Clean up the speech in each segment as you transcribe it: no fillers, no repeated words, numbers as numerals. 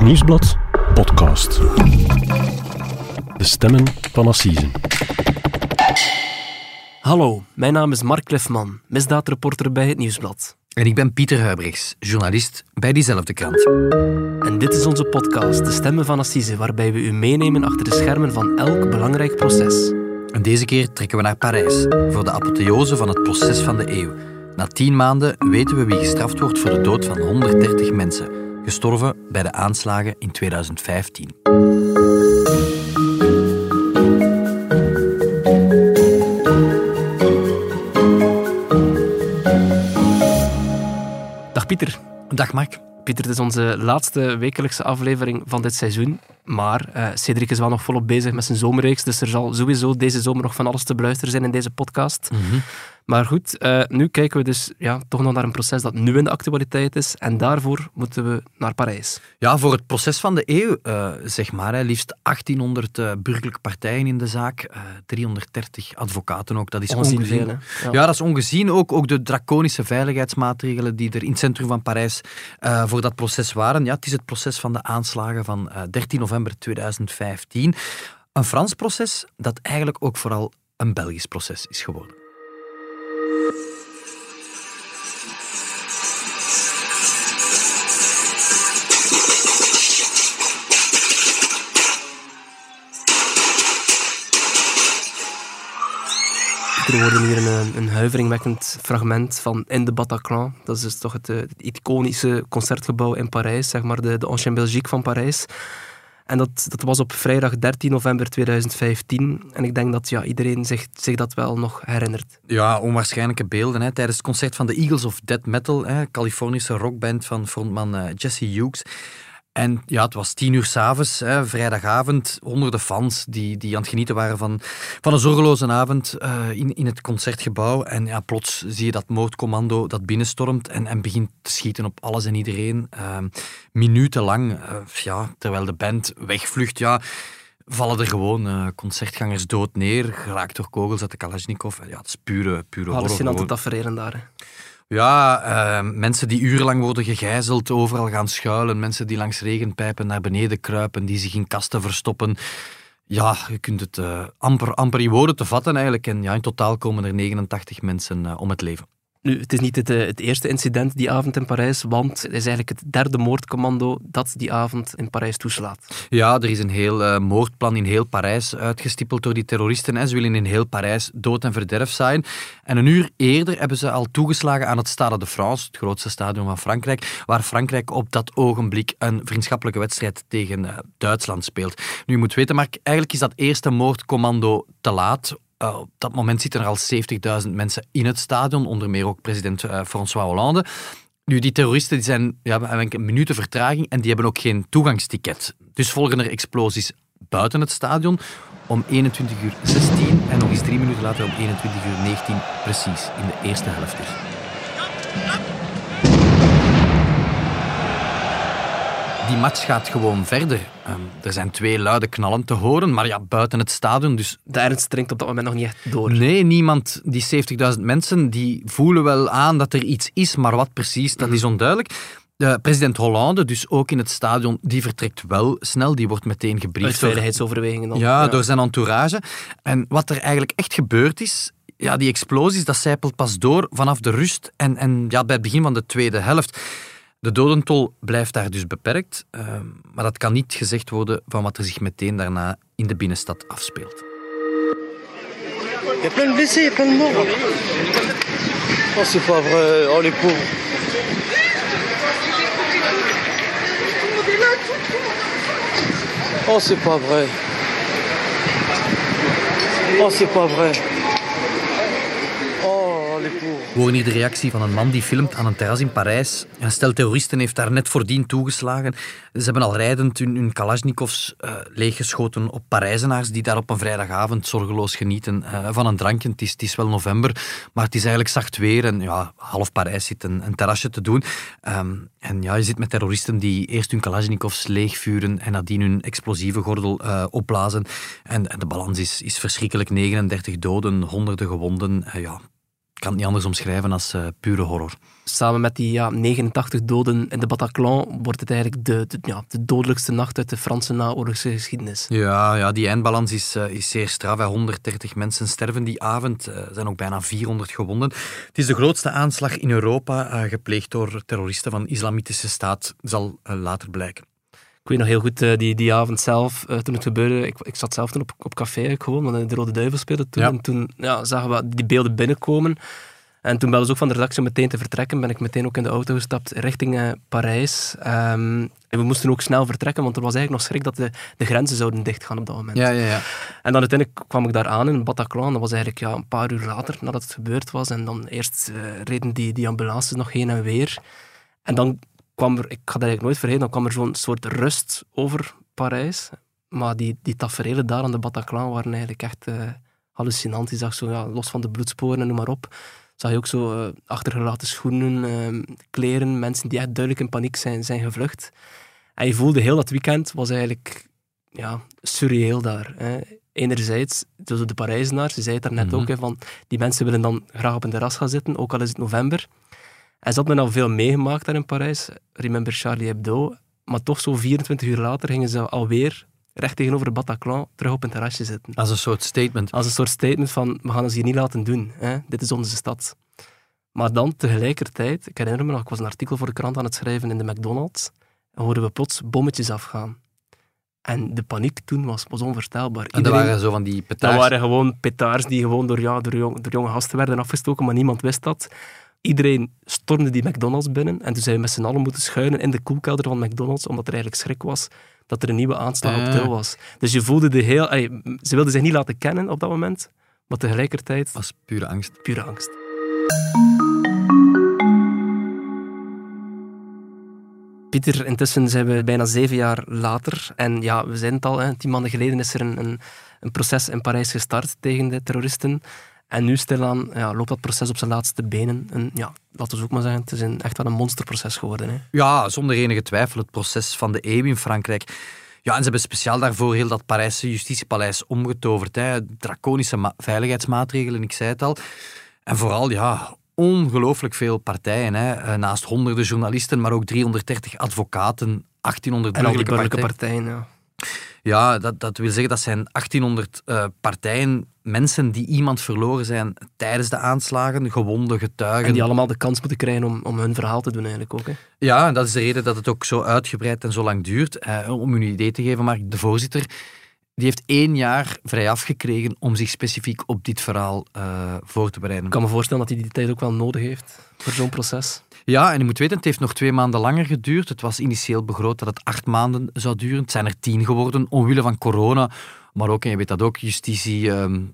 Nieuwsblad podcast. De stemmen van Assisen. Hallo, mijn naam is Mark Cliffman, misdaadreporter bij Het Nieuwsblad. En ik ben Pieter Huybrechts, journalist bij diezelfde krant. En dit is onze podcast, De Stemmen van Assise, waarbij we u meenemen achter de schermen van elk belangrijk proces. En deze keer trekken we naar Parijs, voor de apotheose van het proces van de eeuw. Na 10 maanden weten we wie gestraft wordt voor de dood van 130 mensen, gestorven bij de aanslagen in 2015. Dag Pieter. Dag Mark. Pieter, het is onze laatste wekelijkse aflevering van dit seizoen. Maar Cedric is wel nog volop bezig met zijn zomerreeks, dus er zal sowieso deze zomer nog van alles te beluisteren zijn in deze podcast. Maar goed, nu kijken we dus toch nog naar een proces dat nu in de actualiteit is. En daarvoor moeten we naar Parijs. Ja, voor het proces van de eeuw, zeg maar. Liefst 1800 burgerlijke partijen in de zaak. 330 advocaten ook. Dat is ongezien. Veel, hè? Ja, dat is ongezien. Ook de draconische veiligheidsmaatregelen die er in het centrum van Parijs voor dat proces waren. Ja, het is het proces van de aanslagen van 13 november 2015. Een Frans proces dat eigenlijk ook vooral een Belgisch proces is geworden. Er worden hier een huiveringwekkend fragment van In de Bataclan. Dat is dus toch het iconische concertgebouw in Parijs, zeg maar de Ancien Belgique van Parijs. En dat was op vrijdag 13 november 2015. En ik denk dat iedereen zich dat wel nog herinnert. Ja, onwaarschijnlijke beelden. Tijdens het concert van de Eagles of Death Metal, Californische rockband van frontman Jesse Hughes. En ja, het was 10 uur 's avonds, vrijdagavond, honderden fans die aan het genieten waren van een zorgeloze avond in het concertgebouw. En ja, plots zie je dat moordcommando dat binnenstormt en begint te schieten op alles en iedereen. Minutenlang, terwijl de band wegvlucht, vallen er gewoon concertgangers dood neer, geraakt door kogels uit de Kalashnikov. Ja, het is pure horror. Hallucinante taferelen daar, hè. Ja, mensen die urenlang worden gegijzeld, overal gaan schuilen, mensen die langs regenpijpen naar beneden kruipen, die zich in kasten verstoppen. Ja, je kunt het amper in woorden te vatten eigenlijk. En in totaal komen er 89 mensen om het leven. Nu, het is niet het eerste incident die avond in Parijs, want het is eigenlijk het derde moordcommando dat die avond in Parijs toeslaat. Ja, er is een heel moordplan in heel Parijs uitgestippeld door die terroristen. Ze willen in heel Parijs dood en verderf zaaien. En een uur eerder hebben ze al toegeslagen aan het Stade de France, het grootste stadion van Frankrijk, waar Frankrijk op dat ogenblik een vriendschappelijke wedstrijd tegen Duitsland speelt. Nu, je moet weten, Mark, eigenlijk is dat eerste moordcommando te laat. Op dat moment zitten er al 70.000 mensen in het stadion, onder meer ook president François Hollande. Nu, die terroristen hebben een minuten vertraging en die hebben ook geen toegangsticket. Dus volgen er explosies buiten het stadion om 21:16 en nog eens 3 minuten later om 21:19 precies in de eerste helft. Die match gaat gewoon verder. Er zijn 2 luide knallen te horen, maar buiten het stadion. Dus de ernst dringt op dat moment nog niet echt door. Nee, niemand, die 70.000 mensen, die voelen wel aan dat er iets is, maar wat precies, dat is onduidelijk. President Hollande, dus ook in het stadion, die vertrekt wel snel. Die wordt meteen gebriefd. Uit veiligheidsoverwegingen dan. Door zijn entourage. En wat er eigenlijk echt gebeurd is, die explosies, dat sijpelt pas door vanaf de rust en bij het begin van de tweede helft. De dodentol blijft daar dus beperkt, maar dat kan niet gezegd worden van wat er zich meteen daarna in de binnenstad afspeelt. Il y a plein de blessés, il y a plein de morts. Oh, c'est pas vrai. Oh, les pauvres. Oh, c'est pas vrai. Oh, c'est pas vrai. We horen hier de reactie van een man die filmt aan een terras in Parijs. Een stel terroristen heeft daar net voordien toegeslagen. Ze hebben al rijdend hun Kalashnikovs leeggeschoten op Parijzenaars die daar op een vrijdagavond zorgeloos genieten van een drankje. Het is wel november, maar het is eigenlijk zacht weer en half Parijs zit een terrasje te doen. En je zit met terroristen die eerst hun Kalashnikovs leegvuren en nadien hun explosieve gordel opblazen. En de balans is verschrikkelijk. 39 doden, honderden gewonden. kan het niet anders omschrijven als pure horror. Samen met die 89 doden in de Bataclan wordt het eigenlijk de dodelijkste nacht uit de Franse naoorlogse geschiedenis. Ja, die eindbalans is zeer straf. 130 mensen sterven die avond. Er zijn ook bijna 400 gewonden. Het is de grootste aanslag in Europa, gepleegd door terroristen van de Islamitische Staat, zal later blijken. Ik weet nog heel goed, die avond zelf, toen het gebeurde, ik zat zelf toen op café gewoon, want de Rode Duivel speelde toen. Ja. En toen zagen we die beelden binnenkomen. En toen belden ze ook van de redactie om meteen te vertrekken. Ben ik meteen ook in de auto gestapt richting Parijs. En we moesten ook snel vertrekken, want er was eigenlijk nog schrik dat de grenzen zouden dichtgaan op dat moment. Ja. En dan uiteindelijk kwam ik daar aan in Bataclan. Dat was eigenlijk een paar uur later nadat het gebeurd was. En dan eerst reden die ambulances nog heen en weer. En dan kwam er, ik ga dat eigenlijk nooit vergeten, dan kwam er zo'n soort rust over Parijs. Maar die taferelen daar aan de Bataclan waren eigenlijk echt hallucinant. Je zag zo, los van de bloedsporen en noem maar op, zag je ook zo achtergelaten schoenen, kleren, mensen die echt duidelijk in paniek zijn gevlucht. En je voelde heel dat weekend was eigenlijk surreëel daar. Hè. Enerzijds, dus de Parijzenaars, je zei het daarnet ook, hè, van die mensen willen dan graag op een terras gaan zitten, ook al is het november. En ze hadden al veel meegemaakt daar in Parijs, Remember Charlie Hebdo, maar toch zo 24 uur later gingen ze alweer recht tegenover de Bataclan terug op een terrasje zitten. Als een soort statement. Als een soort statement van, we gaan ons hier niet laten doen. Hè? Dit is onze stad. Maar dan tegelijkertijd, ik herinner me nog, ik was een artikel voor de krant aan het schrijven in de McDonald's, en hoorden we plots bommetjes afgaan. En de paniek toen was onvoorstelbaar. En dat waren zo van die petards? Dat waren gewoon petards die gewoon door jonge gasten werden afgestoken, maar niemand wist dat. Iedereen stormde die McDonald's binnen en toen zijn we met z'n allen moeten schuilen in de koelkelder van McDonald's, omdat er eigenlijk schrik was dat er een nieuwe aanslag op til was. Dus je voelde ze wilden zich niet laten kennen op dat moment, maar tegelijkertijd was pure angst. Pure angst. Pieter, intussen zijn we bijna 7 jaar later en we zijn het al, 10 maanden geleden is er een proces in Parijs gestart tegen de terroristen. En nu stilaan loopt dat proces op zijn laatste benen. En laten we ook maar zeggen, het is echt wel een monsterproces geworden. Hè. Ja, zonder enige twijfel. Het proces van de eeuw in Frankrijk. Ja, en ze hebben speciaal daarvoor heel dat Parijse justitiepaleis omgetoverd. Hè. Draconische veiligheidsmaatregelen, ik zei het al. En vooral, ongelooflijk veel partijen. Hè. Naast honderden journalisten, maar ook 330 advocaten, 1800 en al die burgerlijke partijen. Ja, dat wil zeggen dat zijn 1800 partijen, mensen die iemand verloren zijn tijdens de aanslagen, gewonden, getuigen. En die allemaal de kans moeten krijgen om hun verhaal te doen eigenlijk ook. Hè? Ja, en dat is de reden dat het ook zo uitgebreid en zo lang duurt. Om u een idee te geven, Mark, de voorzitter, die heeft 1 jaar vrijaf gekregen om zich specifiek op dit verhaal voor te bereiden. Ik kan me voorstellen dat hij die tijd ook wel nodig heeft voor zo'n proces. Ja, en je moet weten, het heeft nog 2 maanden langer geduurd. Het was initieel begroot dat het 8 maanden zou duren. Het zijn er 10 geworden, omwille van corona. Maar ook, en je weet dat ook, justitie,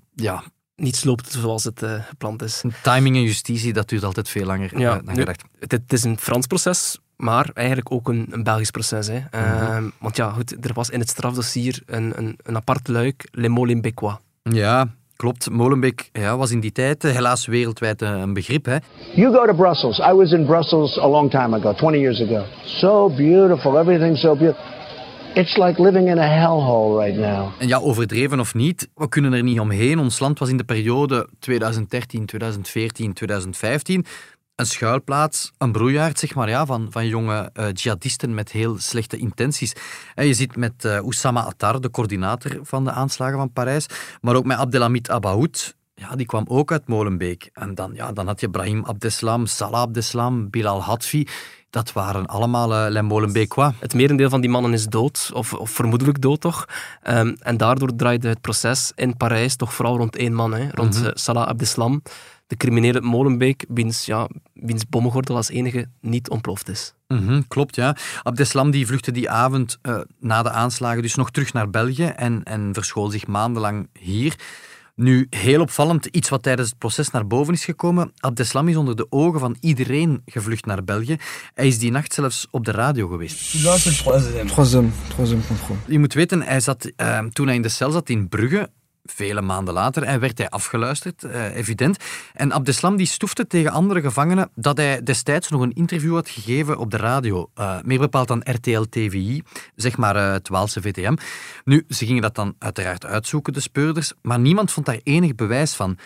niets loopt zoals het gepland is. Timing en justitie, dat duurt altijd veel langer dan gedacht. Het is een Frans proces, maar eigenlijk ook een Belgisch proces. Hè. Want er was in het strafdossier een apart luik, Les Molenbeekois. Ja, klopt. Molenbeek was in die tijd helaas wereldwijd een begrip. Hè. You go to Brussels. I was in Brussels a long time ago, 20 years ago. So beautiful, everything's so beautiful. It's like living in a hellhole right now. En ja, overdreven of niet, we kunnen er niet omheen. Ons land was in de periode 2013, 2014, 2015 een schuilplaats, een broeiaard zeg maar, van jonge jihadisten met heel slechte intenties. En je zit met Oussama Attar, de coördinator van de aanslagen van Parijs, maar ook met Abdelhamid Abaoud. Ja, die kwam ook uit Molenbeek. En dan had je Brahim Abdeslam, Salah Abdeslam, Bilal Hadfi. Dat waren allemaal Les Molenbeekois. Het merendeel van die mannen is dood, of vermoedelijk dood toch. En daardoor draaide het proces in Parijs toch vooral rond 1 man, rond Salah Abdeslam, de criminele Molenbeek, wiens bommengordel als enige niet ontploft is. Klopt, ja. Abdeslam die vluchtte die avond na de aanslagen dus nog terug naar België en verschool zich maandenlang hier. Nu, heel opvallend, iets wat tijdens het proces naar boven is gekomen. Abdeslam is onder de ogen van iedereen gevlucht naar België. Hij is die nacht zelfs op de radio geweest. Troisième contrôle. Je moet weten, hij zat, toen hij in de cel zat in Brugge, vele maanden later, en werd hij afgeluisterd, evident. En Abdeslam die stoefde tegen andere gevangenen dat hij destijds nog een interview had gegeven op de radio. Meer bepaald dan RTL TVI, zeg maar het Waalse VTM. Nu, ze gingen dat dan uiteraard uitzoeken, de speurders, maar niemand vond daar enig bewijs van.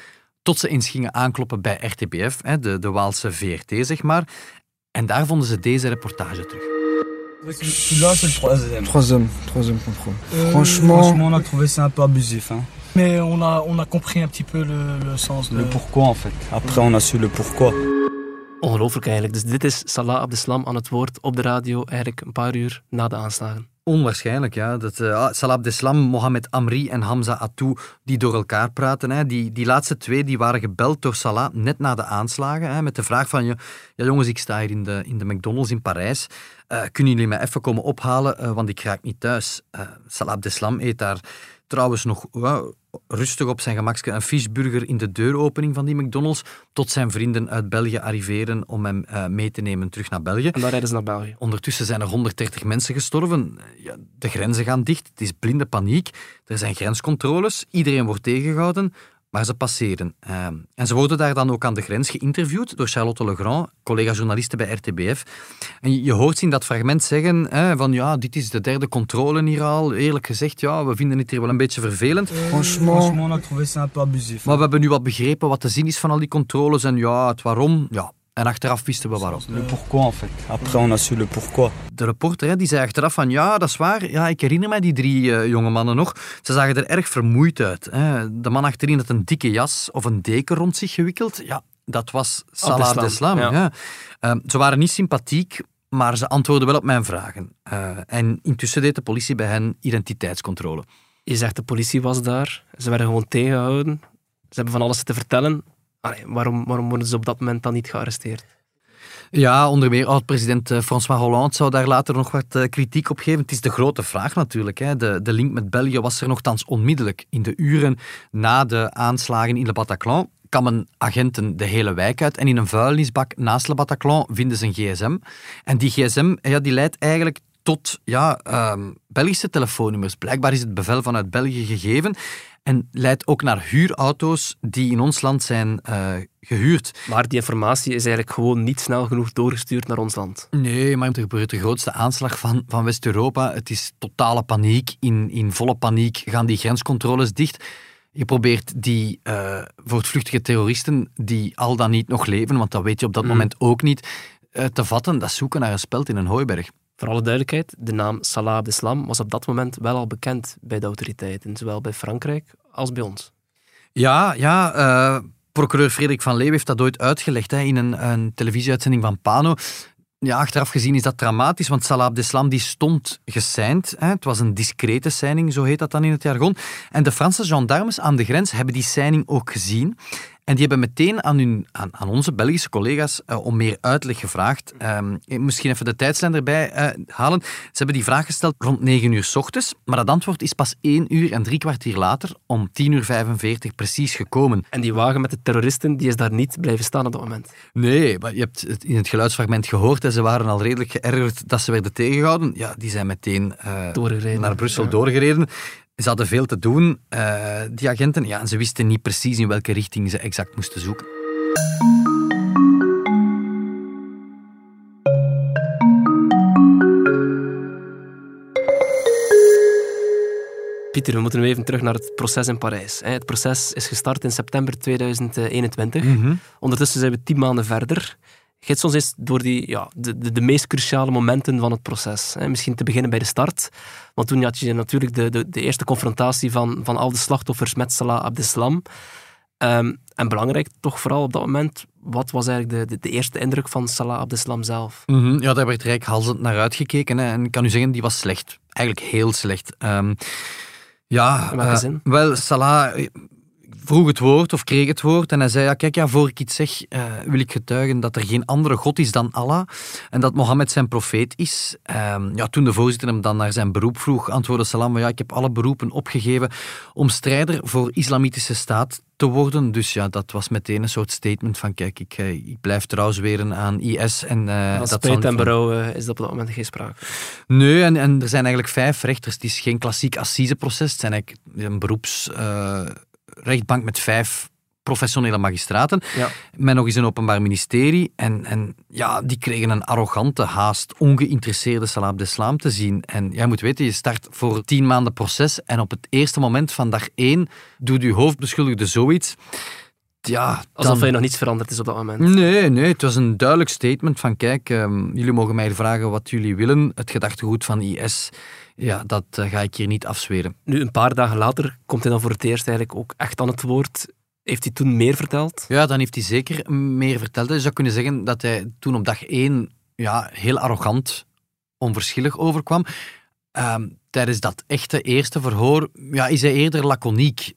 tot ze eens gingen aankloppen bij RTBF, de Waalse VRT, zeg maar. En daar vonden ze deze reportage terug. Celui-là, c'est le troisième contrôle. Franchement, on a trouvé ça un peu abusif. Hein. Mais on a compris un petit peu le sens. Le pourquoi, en fait. Après, on a su le pourquoi. Ongelooflijk eigenlijk. Dus dit is Salah Abdeslam aan het woord op de radio, eigenlijk een paar uur na de aanslagen. Onwaarschijnlijk, ja. Dat Salah Abdeslam, Mohamed Amri en Hamza Attou die door elkaar praten. Hè. Die laatste twee die waren gebeld door Salah net na de aanslagen. Hè, met de vraag van, ja jongens, ik sta hier in de McDonald's in Parijs. Kunnen jullie mij even komen ophalen, want ik raak niet thuis. Salah Abdeslam eet daar trouwens nog rustig op zijn gemakske een fishburger in de deuropening van die McDonald's, tot zijn vrienden uit België arriveren om hem mee te nemen terug naar België. En dan rijden ze naar België. Ondertussen zijn er 130 mensen gestorven. Ja, de grenzen gaan dicht. Het is blinde paniek. Er zijn grenscontroles. Iedereen wordt tegengehouden. Maar ze passeren. En ze worden daar dan ook aan de grens geïnterviewd door Charlotte Legrand, collega-journaliste bij RTBF. En je hoort ze in dat fragment zeggen van ja, dit is de derde controle hier al. Eerlijk gezegd, ja, we vinden het hier wel een beetje vervelend. Franchement, on a trouvé ça un peu abusif. Maar we hebben nu wat begrepen wat de zin is van al die controles en ja, het waarom. Ja. En achteraf wisten we waarom. Le pourquoi, en fait. Après, on a su le pourquoi. De reporter die zei achteraf van ja, dat is waar. Ja, ik herinner mij die 3 jonge mannen nog. Ze zagen er erg vermoeid uit. Hè. De man achterin had een dikke jas of een deken rond zich gewikkeld. Ja, dat was Salah Abdeslam. Ja. Ze waren niet sympathiek, maar ze antwoordden wel op mijn vragen. En intussen deed de politie bij hen identiteitscontrole. Je zegt de politie was daar. Ze werden gewoon tegengehouden. Ze hebben van alles te vertellen. Waarom worden ze op dat moment dan niet gearresteerd? Ja, onder meer oud-president François Hollande zou daar later nog wat kritiek op geven. Het is de grote vraag natuurlijk. Hè. De link met België was er nogthans onmiddellijk. In de uren na de aanslagen in Le Bataclan kammen agenten de hele wijk uit en in een vuilnisbak naast Le Bataclan vinden ze een gsm. En die gsm die leidt eigenlijk tot Belgische telefoonnummers. Blijkbaar is het bevel vanuit België gegeven en leidt ook naar huurauto's die in ons land zijn gehuurd. Maar die informatie is eigenlijk gewoon niet snel genoeg doorgestuurd naar ons land. Nee, maar er gebeurt de grootste aanslag van West-Europa. Het is totale paniek. In volle paniek gaan die grenscontroles dicht. Je probeert die voortvluchtige terroristen, die al dan niet nog leven, want dat weet je op dat moment ook niet, te vatten. Dat zoeken naar een speld in een hooiberg. Voor alle duidelijkheid, de naam Salah Abdeslam was op dat moment wel al bekend bij de autoriteiten, zowel bij Frankrijk als bij ons. Ja, procureur Frederik van Leeuw heeft dat ooit uitgelegd in een televisieuitzending van Pano. Ja, achteraf gezien is dat dramatisch, want Salah Abdeslam die stond geseind. Het was een discrete seining, zo heet dat dan in het jargon. En de Franse gendarmes aan de grens hebben die seining ook gezien. En die hebben meteen aan onze Belgische collega's om meer uitleg gevraagd. Misschien even de tijdslijn erbij halen. Ze hebben die vraag gesteld rond 9 uur 's ochtends, maar dat antwoord is pas 1 uur en 3 kwartier later, om 10:45 precies gekomen. En die wagen met de terroristen, die is daar niet blijven staan op dat moment? Nee, maar je hebt het in het geluidsfragment gehoord en ze waren al redelijk geërgerd dat ze werden tegengehouden. Ja, die zijn meteen naar Brussel doorgereden. Ze hadden veel te doen, die agenten. Ja, en ze wisten niet precies in welke richting ze exact moesten zoeken. Pieter, we moeten nu even terug naar het proces in Parijs. Het proces is gestart in september 2021. Ondertussen zijn we 10 maanden verder. Gids ons eens door de meest cruciale momenten van het proces. Misschien te beginnen bij de start. Want toen had je natuurlijk de eerste confrontatie van al de slachtoffers met Salah Abdeslam. En belangrijk toch vooral op dat moment, wat was eigenlijk de eerste indruk van Salah Abdeslam zelf? Ja, daar werd reikhalzend naar uitgekeken. En ik kan u zeggen, die was slecht. Eigenlijk heel slecht. In welke zin? Wel, Salah vroeg het woord of kreeg het woord en hij zei, voor ik iets zeg, wil ik getuigen dat er geen andere God is dan Allah en dat Mohammed zijn profeet is. Toen de voorzitter hem dan naar zijn beroep vroeg, antwoordde Salah, ik heb alle beroepen opgegeven om strijder voor islamitische staat te worden. Dus ja, dat was meteen een soort statement van, kijk, ik blijf trouw zweren aan IS. En, dat spijt en berouw is dat op dat moment geen sprake? Nee, en er zijn eigenlijk 5 rechters. Het is geen klassiek assiseproces. Het zijn eigenlijk een beroepsrechtbank met 5 professionele magistraten. Ja. Met nog eens een openbaar ministerie. En die kregen een arrogante, haast ongeïnteresseerde Salah Abdeslam te zien. En jij moet weten, je start voor 10 maanden proces en op het eerste moment van dag 1 doet uw hoofdbeschuldigde zoiets. ja... Alsof hij nog niets veranderd is op dat moment. Nee, het was een duidelijk statement van kijk, jullie mogen mij vragen wat jullie willen. Het gedachtegoed van IS, ja, dat ga ik hier niet afzweren. Nu, een paar dagen later komt hij dan voor het eerst eigenlijk ook echt aan het woord. Heeft hij toen meer verteld? Ja, dan heeft hij zeker meer verteld. Je zou kunnen zeggen dat hij toen op dag 1 heel arrogant, onverschillig overkwam. Tijdens dat echte eerste verhoor is hij eerder laconiek,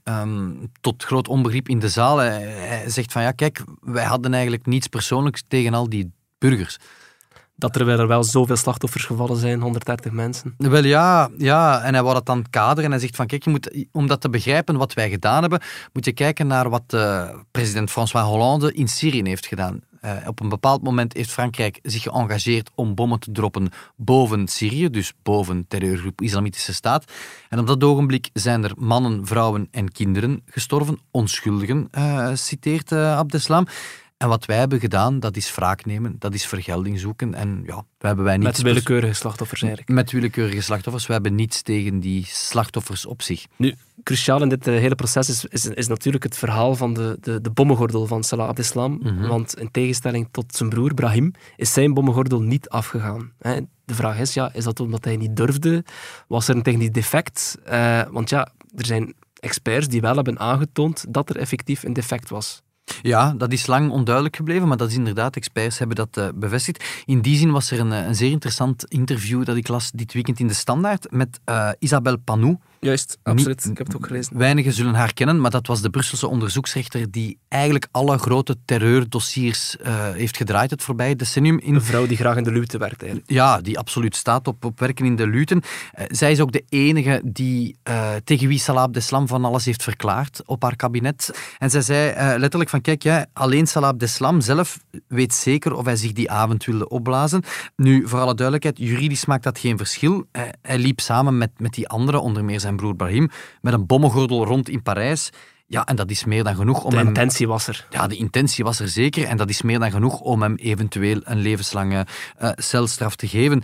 tot groot onbegrip in de zaal. Hij zegt van kijk, wij hadden eigenlijk niets persoonlijks tegen al die burgers. Dat er wel zoveel slachtoffers gevallen zijn, 130 mensen. Wel ja, en hij wou dat dan kaderen en hij zegt van kijk, je moet, om dat te begrijpen wat wij gedaan hebben, moet je kijken naar wat president François Hollande in Syrië heeft gedaan. Op een bepaald moment heeft Frankrijk zich geëngageerd om bommen te droppen boven Syrië, dus boven terreurgroep Islamitische Staat. En op dat ogenblik zijn er mannen, vrouwen en kinderen gestorven, onschuldigen, citeert Abdeslam. En wat wij hebben gedaan, dat is wraak nemen, dat is vergelding zoeken. En wij niets... Met willekeurige slachtoffers eigenlijk. Met willekeurige slachtoffers. We hebben niets tegen die slachtoffers op zich. Nu, cruciaal in dit hele proces is natuurlijk het verhaal van de bommengordel van Salah Abdeslam. Mm-hmm. Want in tegenstelling tot zijn broer Brahim is zijn bommengordel niet afgegaan. De vraag is dat omdat hij niet durfde? Was er een technisch defect? Want er zijn experts die wel hebben aangetoond dat er effectief een defect was. Ja, dat is lang onduidelijk gebleven, maar dat is inderdaad, experts hebben dat bevestigd. In die zin was er een zeer interessant interview dat ik las dit weekend in de Standaard met Isabelle Panou. Juist, absoluut. Ik heb het ook gelezen. Weinigen zullen haar kennen, maar dat was de Brusselse onderzoeksrechter die eigenlijk alle grote terreurdossiers heeft gedraaid het voorbije decennium. Een vrouw die graag in de luwte werkt eigenlijk. Ja, die absoluut staat op werken in de luwten. Zij is ook de enige die tegen wie Salah Abdeslam van alles heeft verklaard op haar kabinet. En zij zei letterlijk van kijk, alleen Salah Abdeslam zelf weet zeker of hij zich die avond wilde opblazen. Nu, voor alle duidelijkheid, juridisch maakt dat geen verschil. Hij liep samen met die anderen, onder meer zijn broer Brahim, met een bommengordel rond in Parijs. Ja, en dat is meer dan genoeg om De intentie was er. Ja, de intentie was er zeker. En dat is meer dan genoeg om hem eventueel een levenslange celstraf te geven.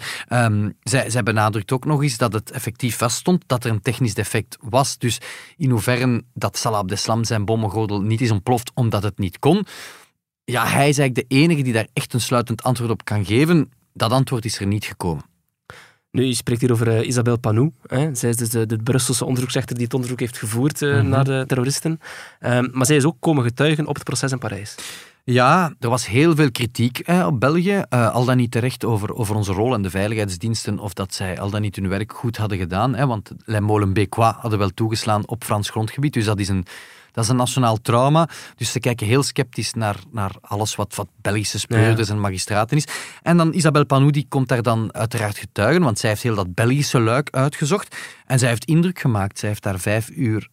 Zij benadrukt ook nog eens dat het effectief vaststond dat er een technisch defect was. Dus in hoeverre dat Salah Abdeslam zijn bommengordel niet is ontploft omdat het niet kon. Ja, hij is eigenlijk de enige die daar echt een sluitend antwoord op kan geven. Dat antwoord is er niet gekomen. Nu, je spreekt hier over Isabelle Panou. Zij is dus de Brusselse onderzoeksrechter die het onderzoek heeft gevoerd naar de terroristen. Maar zij is ook komen getuigen op het proces in Parijs. Ja, er was heel veel kritiek op België, al dan niet terecht over onze rol en de veiligheidsdiensten, of dat zij al dan niet hun werk goed hadden gedaan. Want Les Molenbeekois hadden wel toegeslaan op Frans grondgebied, dus dat is een nationaal trauma. Dus ze kijken heel sceptisch naar alles wat Belgische speurders en magistraten is. En dan Isabelle Panou, die komt daar dan uiteraard getuigen, want zij heeft heel dat Belgische luik uitgezocht. En zij heeft indruk gemaakt. Zij heeft daar 5 uur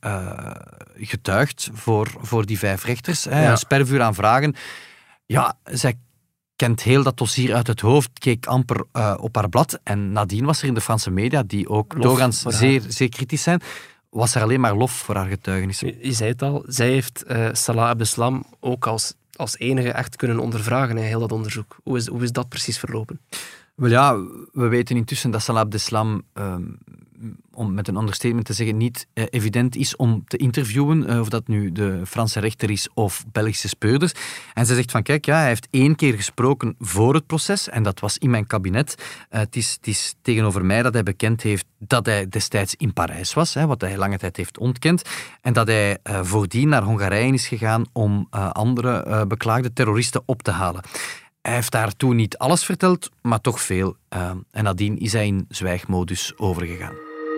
getuigd voor die 5 rechters. Een spervuur aan vragen. Ja, zij kent heel dat dossier uit het hoofd, keek amper op haar blad. En nadien was er in de Franse media, die ook doorgaans zeer kritisch zijn, was er alleen maar lof voor haar getuigenis. Je zei het al, zij heeft Salah Abdeslam ook als enige echt kunnen ondervragen in heel dat onderzoek. Hoe is dat precies verlopen? Wel ja, we weten intussen dat Salah Abdeslam, om met een understatement te zeggen, niet evident is om te interviewen, of dat nu de Franse rechter is of Belgische speurders. En zij zegt van kijk, hij heeft 1 keer gesproken voor het proces en dat was in mijn kabinet. Het is tegenover mij dat hij bekend heeft dat hij destijds in Parijs was, wat hij lange tijd heeft ontkend, en dat hij voordien naar Hongarije is gegaan om andere beklaagde terroristen op te halen. Hij heeft daartoe niet alles verteld, maar toch veel. En nadien is hij in zwijgmodus overgegaan.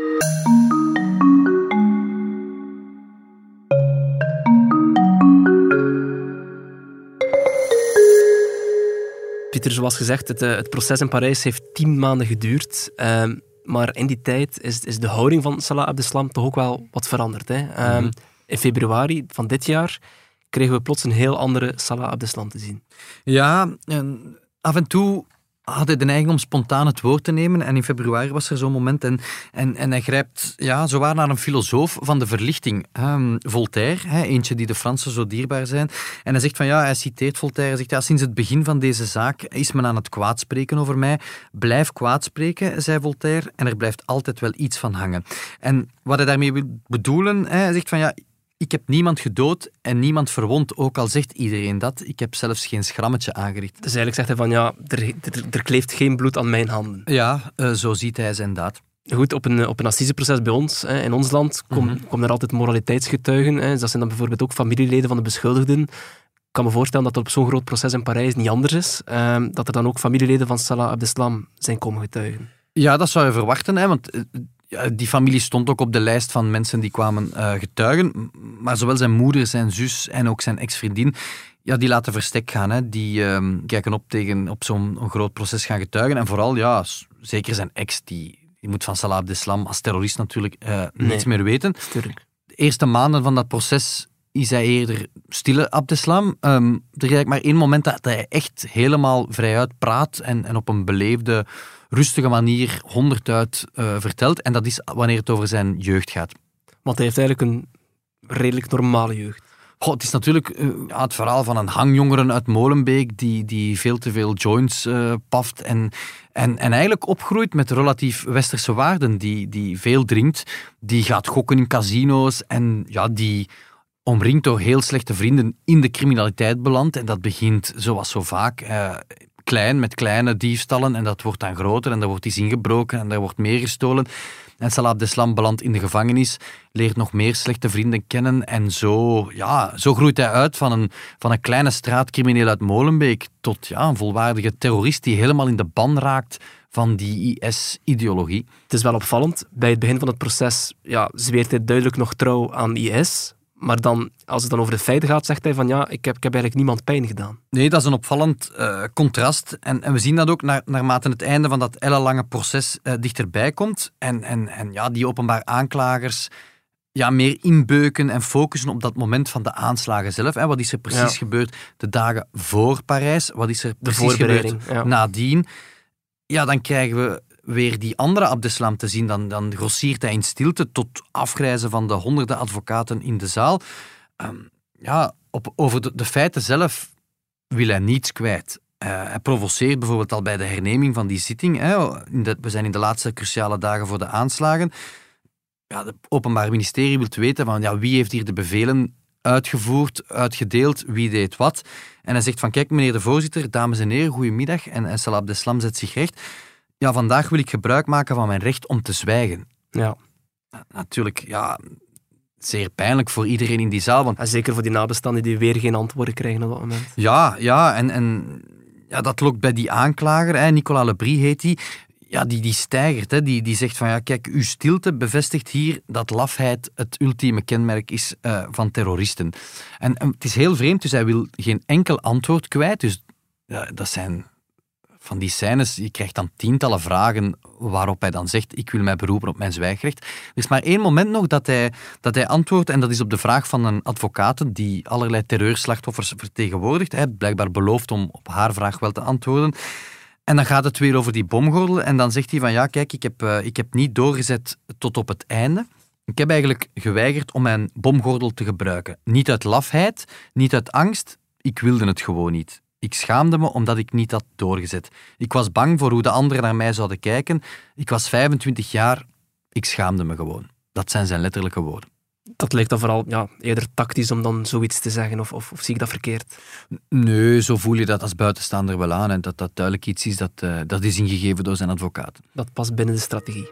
Pieter, zoals gezegd, het proces in Parijs heeft 10 maanden geduurd. Maar in die tijd is de houding van Salah Abdeslam toch ook wel wat veranderd. Hè? In februari van dit jaar kregen we plots een heel andere Salah Abdeslam te zien. Ja, af en toe had hij de neiging om spontaan het woord te nemen. En in februari was er zo'n moment. En hij grijpt zowaar naar een filosoof van de verlichting. Voltaire, eentje die de Fransen zo dierbaar zijn. En hij zegt van hij citeert Voltaire. Hij zegt sinds het begin van deze zaak is men aan het kwaadspreken over mij. Blijf kwaadspreken, zei Voltaire. En er blijft altijd wel iets van hangen. En wat hij daarmee wil bedoelen, hij zegt van ik heb niemand gedood en niemand verwond, ook al zegt iedereen dat. Ik heb zelfs geen schrammetje aangericht. Dus eigenlijk zegt hij van, ja, er kleeft geen bloed aan mijn handen. Ja, zo ziet hij zijn daad. Goed, op een assiseproces bij ons, in ons land, komen er altijd moraliteitsgetuigen. Dus dat zijn dan bijvoorbeeld ook familieleden van de beschuldigden. Ik kan me voorstellen dat dat op zo'n groot proces in Parijs niet anders is. Dat er dan ook familieleden van Salah Abdeslam zijn komen getuigen. Ja, dat zou je verwachten, hè, want die familie stond ook op de lijst van mensen die kwamen getuigen. Maar zowel zijn moeder, zijn zus en ook zijn ex-vriendin, ja, die laten verstek gaan. Hè. Die kijken op tegen op zo'n groot proces gaan getuigen. En vooral, ja, zeker zijn ex, die moet van Salah Abdeslam als terrorist natuurlijk niets meer weten. Tuurlijk. De eerste maanden van dat proces is hij eerder stille Abdeslam. Er is eigenlijk maar één moment dat hij echt helemaal vrijuit praat en op een beleefde, rustige manier 100 uit vertelt. En dat is wanneer het over zijn jeugd gaat. Want hij heeft eigenlijk een redelijk normale jeugd. Het is natuurlijk het verhaal van een hangjongeren uit Molenbeek die veel te veel joints paft en eigenlijk opgroeit met relatief westerse waarden, die veel drinkt, die gaat gokken in casino's en ja, die omringd door heel slechte vrienden in de criminaliteit belandt. En dat begint, zoals zo vaak, klein met kleine diefstallen en dat wordt dan groter en daar wordt iets ingebroken en daar wordt meer gestolen. En Salah Abdeslam belandt in de gevangenis, leert nog meer slechte vrienden kennen en zo groeit hij uit van een kleine straatcrimineel uit Molenbeek tot een volwaardige terrorist die helemaal in de ban raakt van die IS-ideologie. Het is wel opvallend. Bij het begin van het proces zweert hij duidelijk nog trouw aan IS. Maar dan, als het dan over de feiten gaat, zegt hij van ik heb eigenlijk niemand pijn gedaan. Nee, dat is een opvallend contrast. En we zien dat ook naarmate het einde van dat ellenlange proces dichterbij komt. En die openbaar aanklagers meer inbeuken en focussen op dat moment van de aanslagen zelf. Wat is er precies gebeurd de dagen voor Parijs? Wat is er precies gebeurd nadien? Ja, dan krijgen we weer die andere Abdeslam te zien, dan grossiert hij in stilte tot afgrijzen van de honderden advocaten in de zaal. Over de feiten zelf wil hij niets kwijt. Hij provoceert bijvoorbeeld al bij de herneming van die zitting. We zijn in de laatste cruciale dagen voor de aanslagen. Ja, het Openbaar Ministerie wil weten van wie heeft hier de bevelen uitgevoerd, uitgedeeld, wie deed wat. En hij zegt van kijk meneer de voorzitter, dames en heren, goedemiddag. En Salah Abdeslam zet zich recht. Ja, vandaag wil ik gebruik maken van mijn recht om te zwijgen. Ja. Natuurlijk, zeer pijnlijk voor iedereen in die zaal. Want zeker voor die nabestaanden die weer geen antwoorden krijgen op dat moment. En dat lokt bij die aanklager, Nicolas Lebris heet die. Ja, die stijgert. Die zegt van kijk, uw stilte bevestigt hier dat lafheid het ultieme kenmerk is van terroristen. En het is heel vreemd, dus hij wil geen enkel antwoord kwijt. Dus dat zijn van die scènes, je krijgt dan tientallen vragen waarop hij dan zegt, ik wil mij beroepen op mijn zwijgrecht. Er is maar één moment nog dat hij antwoordt en dat is op de vraag van een advocaat die allerlei terreurslachtoffers vertegenwoordigt. Hij heeft blijkbaar beloofd om op haar vraag wel te antwoorden. En dan gaat het weer over die bomgordel en dan zegt hij van kijk, ik heb niet doorgezet tot op het einde. Ik heb eigenlijk geweigerd om mijn bomgordel te gebruiken. Niet uit lafheid, niet uit angst, ik wilde het gewoon niet. Ik schaamde me omdat ik niet had doorgezet. Ik was bang voor hoe de anderen naar mij zouden kijken. Ik was 25 jaar, ik schaamde me gewoon. Dat zijn zijn letterlijke woorden. Dat lijkt dan vooral eerder tactisch om dan zoiets te zeggen, of zie ik dat verkeerd? Nee, zo voel je dat als buitenstaander wel aan. En dat duidelijk iets is dat is ingegeven door zijn advocaat. Dat past binnen de strategie.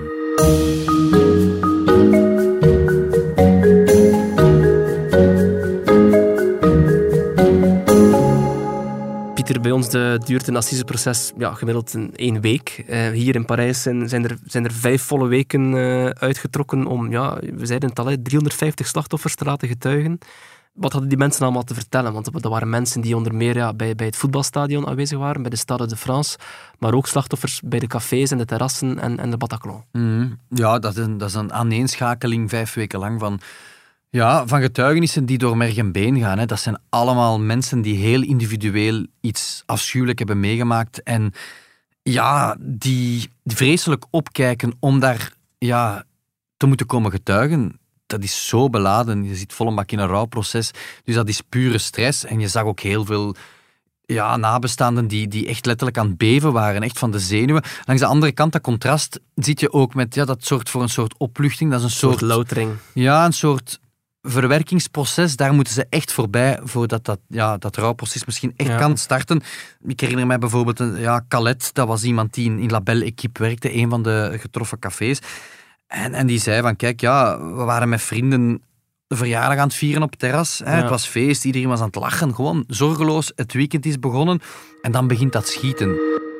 Pieter, bij ons duurt een assiseproces gemiddeld 1 week. Hier in Parijs zijn er 5 volle weken uitgetrokken om, we zeiden het al, 350 slachtoffers te laten getuigen. Wat hadden die mensen allemaal te vertellen? Want er waren mensen die onder meer bij het voetbalstadion aanwezig waren, bij de Stade de France, maar ook slachtoffers bij de cafés en de terrassen en de Bataclan. Ja, dat is een aaneenschakeling 5 weken lang van getuigenissen die door merg en been gaan. Hè. Dat zijn allemaal mensen die heel individueel iets afschuwelijk hebben meegemaakt en die vreselijk opkijken om daar te moeten komen getuigen. Dat is zo beladen. Je zit volle bak in een rouwproces. Dus dat is pure stress. En je zag ook heel veel nabestaanden die echt letterlijk aan het beven waren. Echt van de zenuwen. Langs de andere kant, dat contrast, zit je ook met... dat zorgt voor een soort opluchting. Dat is een soort loutering. Ja, een soort verwerkingsproces, daar moeten ze echt voorbij voordat dat rouwproces misschien echt kan starten. Ik herinner mij bijvoorbeeld Khaled, dat was iemand die in La Belle Équipe werkte, een van de getroffen cafés. En die zei van, kijk, we waren met vrienden de verjaardag aan het vieren op het terras. Het was feest, iedereen was aan het lachen, gewoon zorgeloos. Het weekend is begonnen en dan begint dat schieten.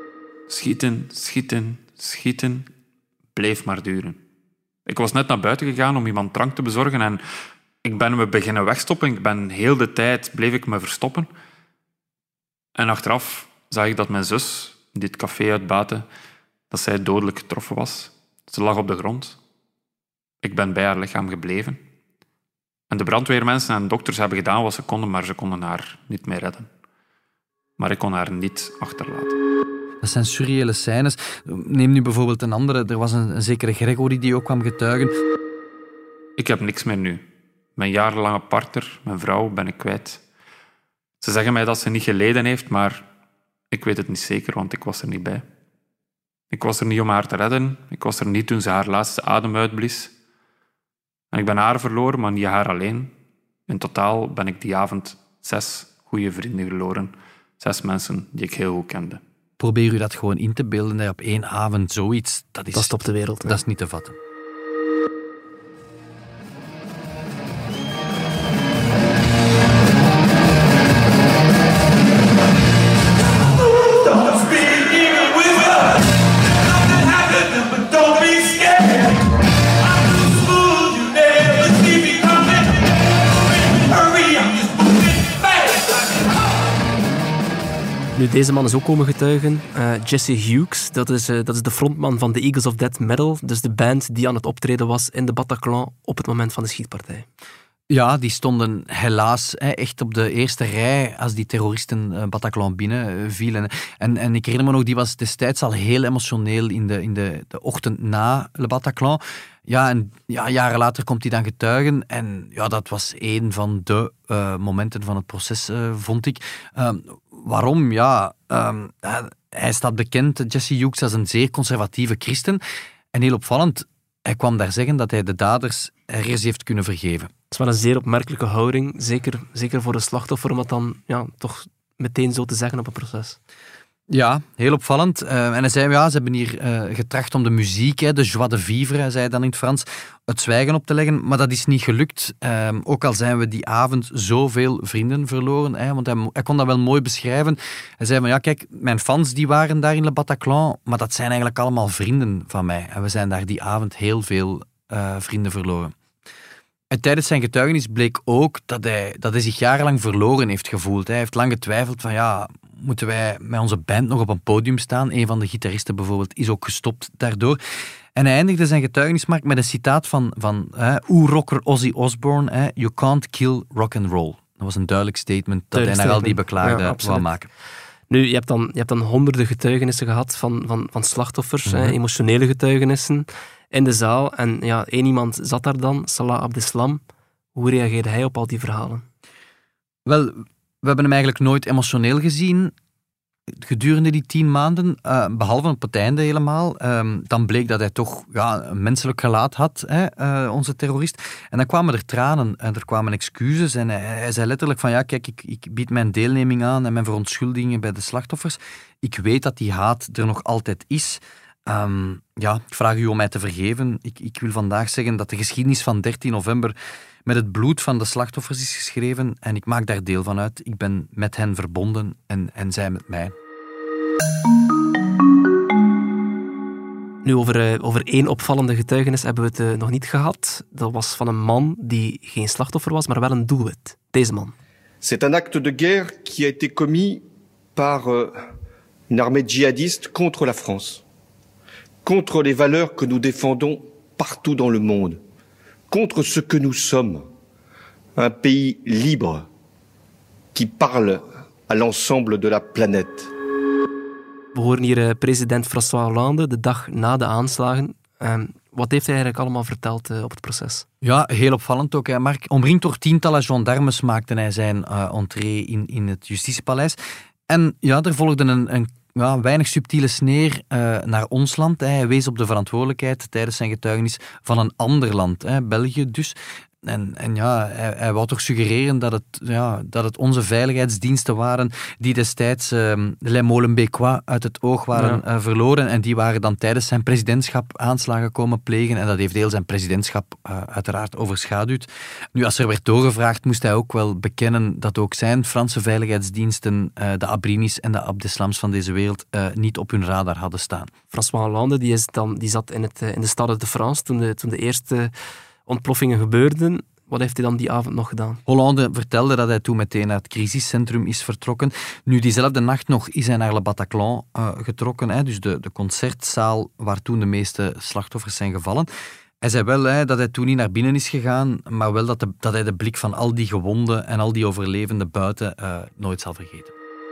Schieten, bleef maar duren. Ik was net naar buiten gegaan om iemand drank te bezorgen en ik ben me beginnen wegstoppen. Heel de tijd bleef ik me verstoppen. En achteraf zag ik dat mijn zus, die het café uitbaatte, dat zij dodelijk getroffen was. Ze lag op de grond. Ik ben bij haar lichaam gebleven. En de brandweermensen en dokters hebben gedaan wat ze konden, maar ze konden haar niet meer redden. Maar ik kon haar niet achterlaten. Dat zijn surreële scènes. Neem nu bijvoorbeeld een andere. Er was een zekere Gregory die ook kwam getuigen. Ik heb niks meer nu. Mijn jarenlange partner, mijn vrouw, ben ik kwijt. Ze zeggen mij dat ze niet geleden heeft, maar ik weet het niet zeker, want ik was er niet bij. Ik was er niet om haar te redden. Ik was er niet toen ze haar laatste adem uitblies. En ik ben haar verloren, maar niet haar alleen. In totaal ben ik die avond 6 goede vrienden verloren. 6 mensen die ik heel goed kende. Probeer u dat gewoon in te beelden, dat je op 1 avond zoiets... Dat stopt de wereld. Dat is niet te vatten. Nu, deze man is ook komen getuigen. Jesse Hughes, dat is de frontman van de Eagles of Death Metal. Dus de band die aan het optreden was in de Bataclan op het moment van de schietpartij. Ja, die stonden helaas echt op de eerste rij als die terroristen Bataclan binnenvielen. En ik herinner me nog, die was destijds al heel emotioneel in de ochtend na Le Bataclan. Ja, en jaren later komt hij dan getuigen. En ja, dat was een van de momenten van het proces, vond ik. Waarom? Hij staat bekend, Jesse Hughes, als een zeer conservatieve christen. En heel opvallend, hij kwam daar zeggen dat hij de daders ergens heeft kunnen vergeven. Dat is wel een zeer opmerkelijke houding, zeker voor een slachtoffer, om dat dan toch meteen zo te zeggen op een proces. Ja, heel opvallend. En hij zei, ze hebben hier getracht om de muziek, de joie de vivre, hij zei dan in het Frans, het zwijgen op te leggen, maar dat is niet gelukt. Ook al zijn we die avond zoveel vrienden verloren, want hij kon dat wel mooi beschrijven. Hij zei van, kijk, mijn fans die waren daar in Le Bataclan, maar dat zijn eigenlijk allemaal vrienden van mij. En we zijn daar die avond heel veel vrienden verloren. En tijdens zijn getuigenis bleek ook dat hij zich jarenlang verloren heeft gevoeld. Hij heeft lang getwijfeld van, moeten wij met onze band nog op een podium staan? Een van de gitaristen bijvoorbeeld is ook gestopt daardoor. En hij eindigde zijn getuigenis, Mark, met een citaat van oerrocker Ozzy Osbourne. You can't kill rock and roll. Dat was een duidelijk statement dat hij naar al die beklaagden wou maken. Nu, je hebt dan honderden getuigenissen gehad van slachtoffers, emotionele getuigenissen in de zaal. En één iemand zat daar dan, Salah Abdeslam. Hoe reageerde hij op al die verhalen? Wel, we hebben hem eigenlijk nooit emotioneel gezien gedurende die 10 maanden, behalve op het einde helemaal. Dan bleek dat hij toch een menselijk gelaat had, onze terrorist. En dan kwamen er tranen en er kwamen excuses. En hij zei letterlijk van, kijk, ik bied mijn deelneming aan en mijn verontschuldigingen bij de slachtoffers. Ik weet dat die haat er nog altijd is. Ik vraag u om mij te vergeven. Ik wil vandaag zeggen dat de geschiedenis van 13 november met het bloed van de slachtoffers is geschreven en ik maak daar deel van uit. Ik ben met hen verbonden en zij met mij. Nu, over één opvallende getuigenis hebben we het nog niet gehad. Dat was van een man die geen slachtoffer was, maar wel een doelwit. Deze man. C'est un acte de guerre qui a été commis par une armée djihadiste contre la France. Contre les valeurs que nous défendons partout dans le monde. Contre ce que nous sommes. Un pays libre qui parle à l'ensemble de la planète. We horen hier president François Hollande de dag na de aanslagen. Wat heeft hij eigenlijk allemaal verteld op het proces? Ja, heel opvallend ook, Mark. Omringd door tientallen gendarmes maakte hij zijn entree in het Justitiepaleis. En er volgde een weinig subtiele sneer naar ons land. Hij wees op de verantwoordelijkheid tijdens zijn getuigenis van een ander land, België dus. En ja, hij wou toch suggereren dat het onze veiligheidsdiensten waren die destijds Les Molenbeekois uit het oog waren verloren. En die waren dan tijdens zijn presidentschap aanslagen komen plegen. En dat heeft heel zijn presidentschap uiteraard overschaduwd. Nu, als er werd doorgevraagd, moest hij ook wel bekennen dat ook zijn Franse veiligheidsdiensten de Abrinis en de Abdeslams van deze wereld niet op hun radar hadden staan. François Hollande die zat in de Stade de France toen de eerste ontploffingen gebeurden. Wat heeft hij dan die avond nog gedaan? Hollande vertelde dat hij toen meteen naar het crisiscentrum is vertrokken. Nu, diezelfde nacht nog is hij naar Le Bataclan getrokken, dus de concertzaal waar toen de meeste slachtoffers zijn gevallen. Hij zei wel dat hij toen niet naar binnen is gegaan, maar wel dat hij de blik van al die gewonden en al die overlevenden buiten nooit zal vergeten.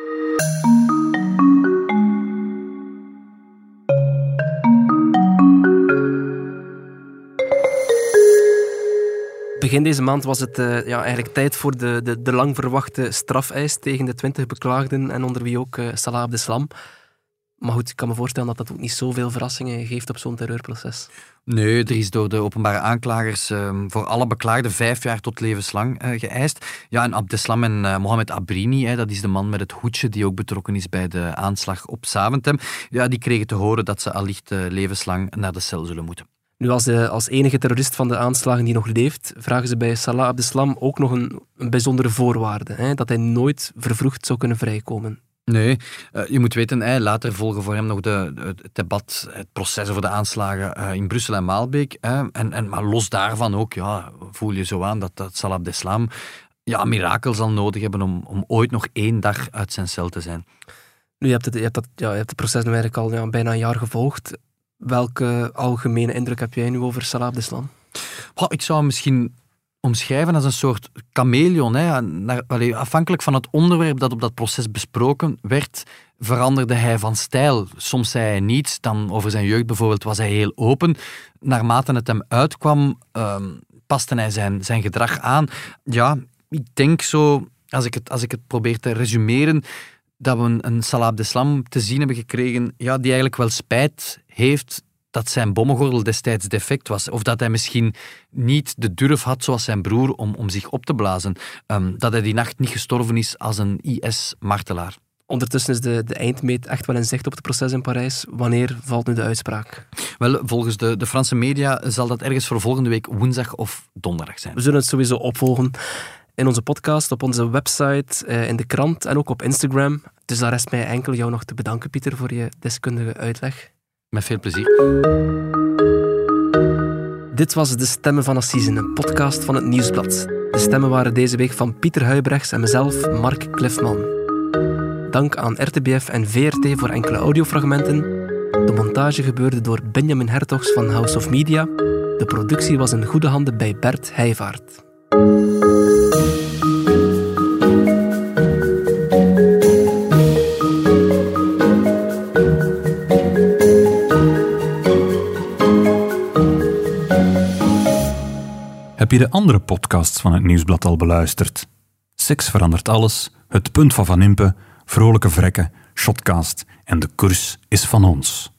Begin deze maand was het eigenlijk tijd voor de lang verwachte strafeis tegen de 20 beklaagden en onder wie ook Salah Abdeslam. Maar goed, ik kan me voorstellen dat dat ook niet zoveel verrassingen geeft op zo'n terreurproces. Nee, er is door de openbare aanklagers voor alle beklaagden 5 jaar tot levenslang geëist. Ja, en Abdeslam en Mohamed Abrini, dat is de man met het hoedje die ook betrokken is bij de aanslag op Zaventem, ja, die kregen te horen dat ze allicht levenslang naar de cel zullen moeten. Nu, als enige terrorist van de aanslagen die nog leeft, vragen ze bij Salah Abdeslam ook nog een bijzondere voorwaarde. Dat hij nooit vervroegd zou kunnen vrijkomen. Nee, je moet weten, later volgen voor hem nog het debat, het proces over de aanslagen in Brussel en Maalbeek. Maar los daarvan ook, voel je zo aan dat Salah Abdeslam een mirakel zal nodig hebben om ooit nog 1 dag uit zijn cel te zijn. Nu, je hebt het proces nu eigenlijk al bijna een jaar gevolgd. Welke algemene indruk heb jij nu over Salah Abdeslam? Ik zou hem misschien omschrijven als een soort chameleon. Afhankelijk van het onderwerp dat op dat proces besproken werd, veranderde hij van stijl. Soms zei hij niets, dan over zijn jeugd bijvoorbeeld was hij heel open. Naarmate het hem uitkwam, paste hij zijn gedrag aan. Ja, ik denk zo, als ik het probeer te resumeren, dat we een Salah Abdeslam te zien hebben gekregen, die eigenlijk wel spijt heeft dat zijn bommengordel destijds defect was. Of dat hij misschien niet de durf had, zoals zijn broer, om zich op te blazen. Dat hij die nacht niet gestorven is als een IS-martelaar. Ondertussen is de eindmeet echt wel in zicht op het proces in Parijs. Wanneer valt nu de uitspraak? Wel, volgens de Franse media zal dat ergens voor volgende week woensdag of donderdag zijn. We zullen het sowieso opvolgen in onze podcast, op onze website, in de krant en ook op Instagram. Dus daar rest mij enkel jou nog te bedanken, Pieter, voor je deskundige uitleg. Met veel plezier. Dit was De Stemmen van Assisen, een podcast van het Nieuwsblad. De stemmen waren deze week van Pieter Huybrechts en mezelf, Mark Cliffman. Dank aan RTBF en VRT voor enkele audiofragmenten. De montage gebeurde door Benjamin Hertogs van House of Media. De productie was in goede handen bij Bert Heijvaart. Heb je de andere podcasts van het Nieuwsblad al beluisterd? Seks verandert alles, Het Punt van Van Impe, Vrolijke Vrekken, Shotcast en De Koers is van ons.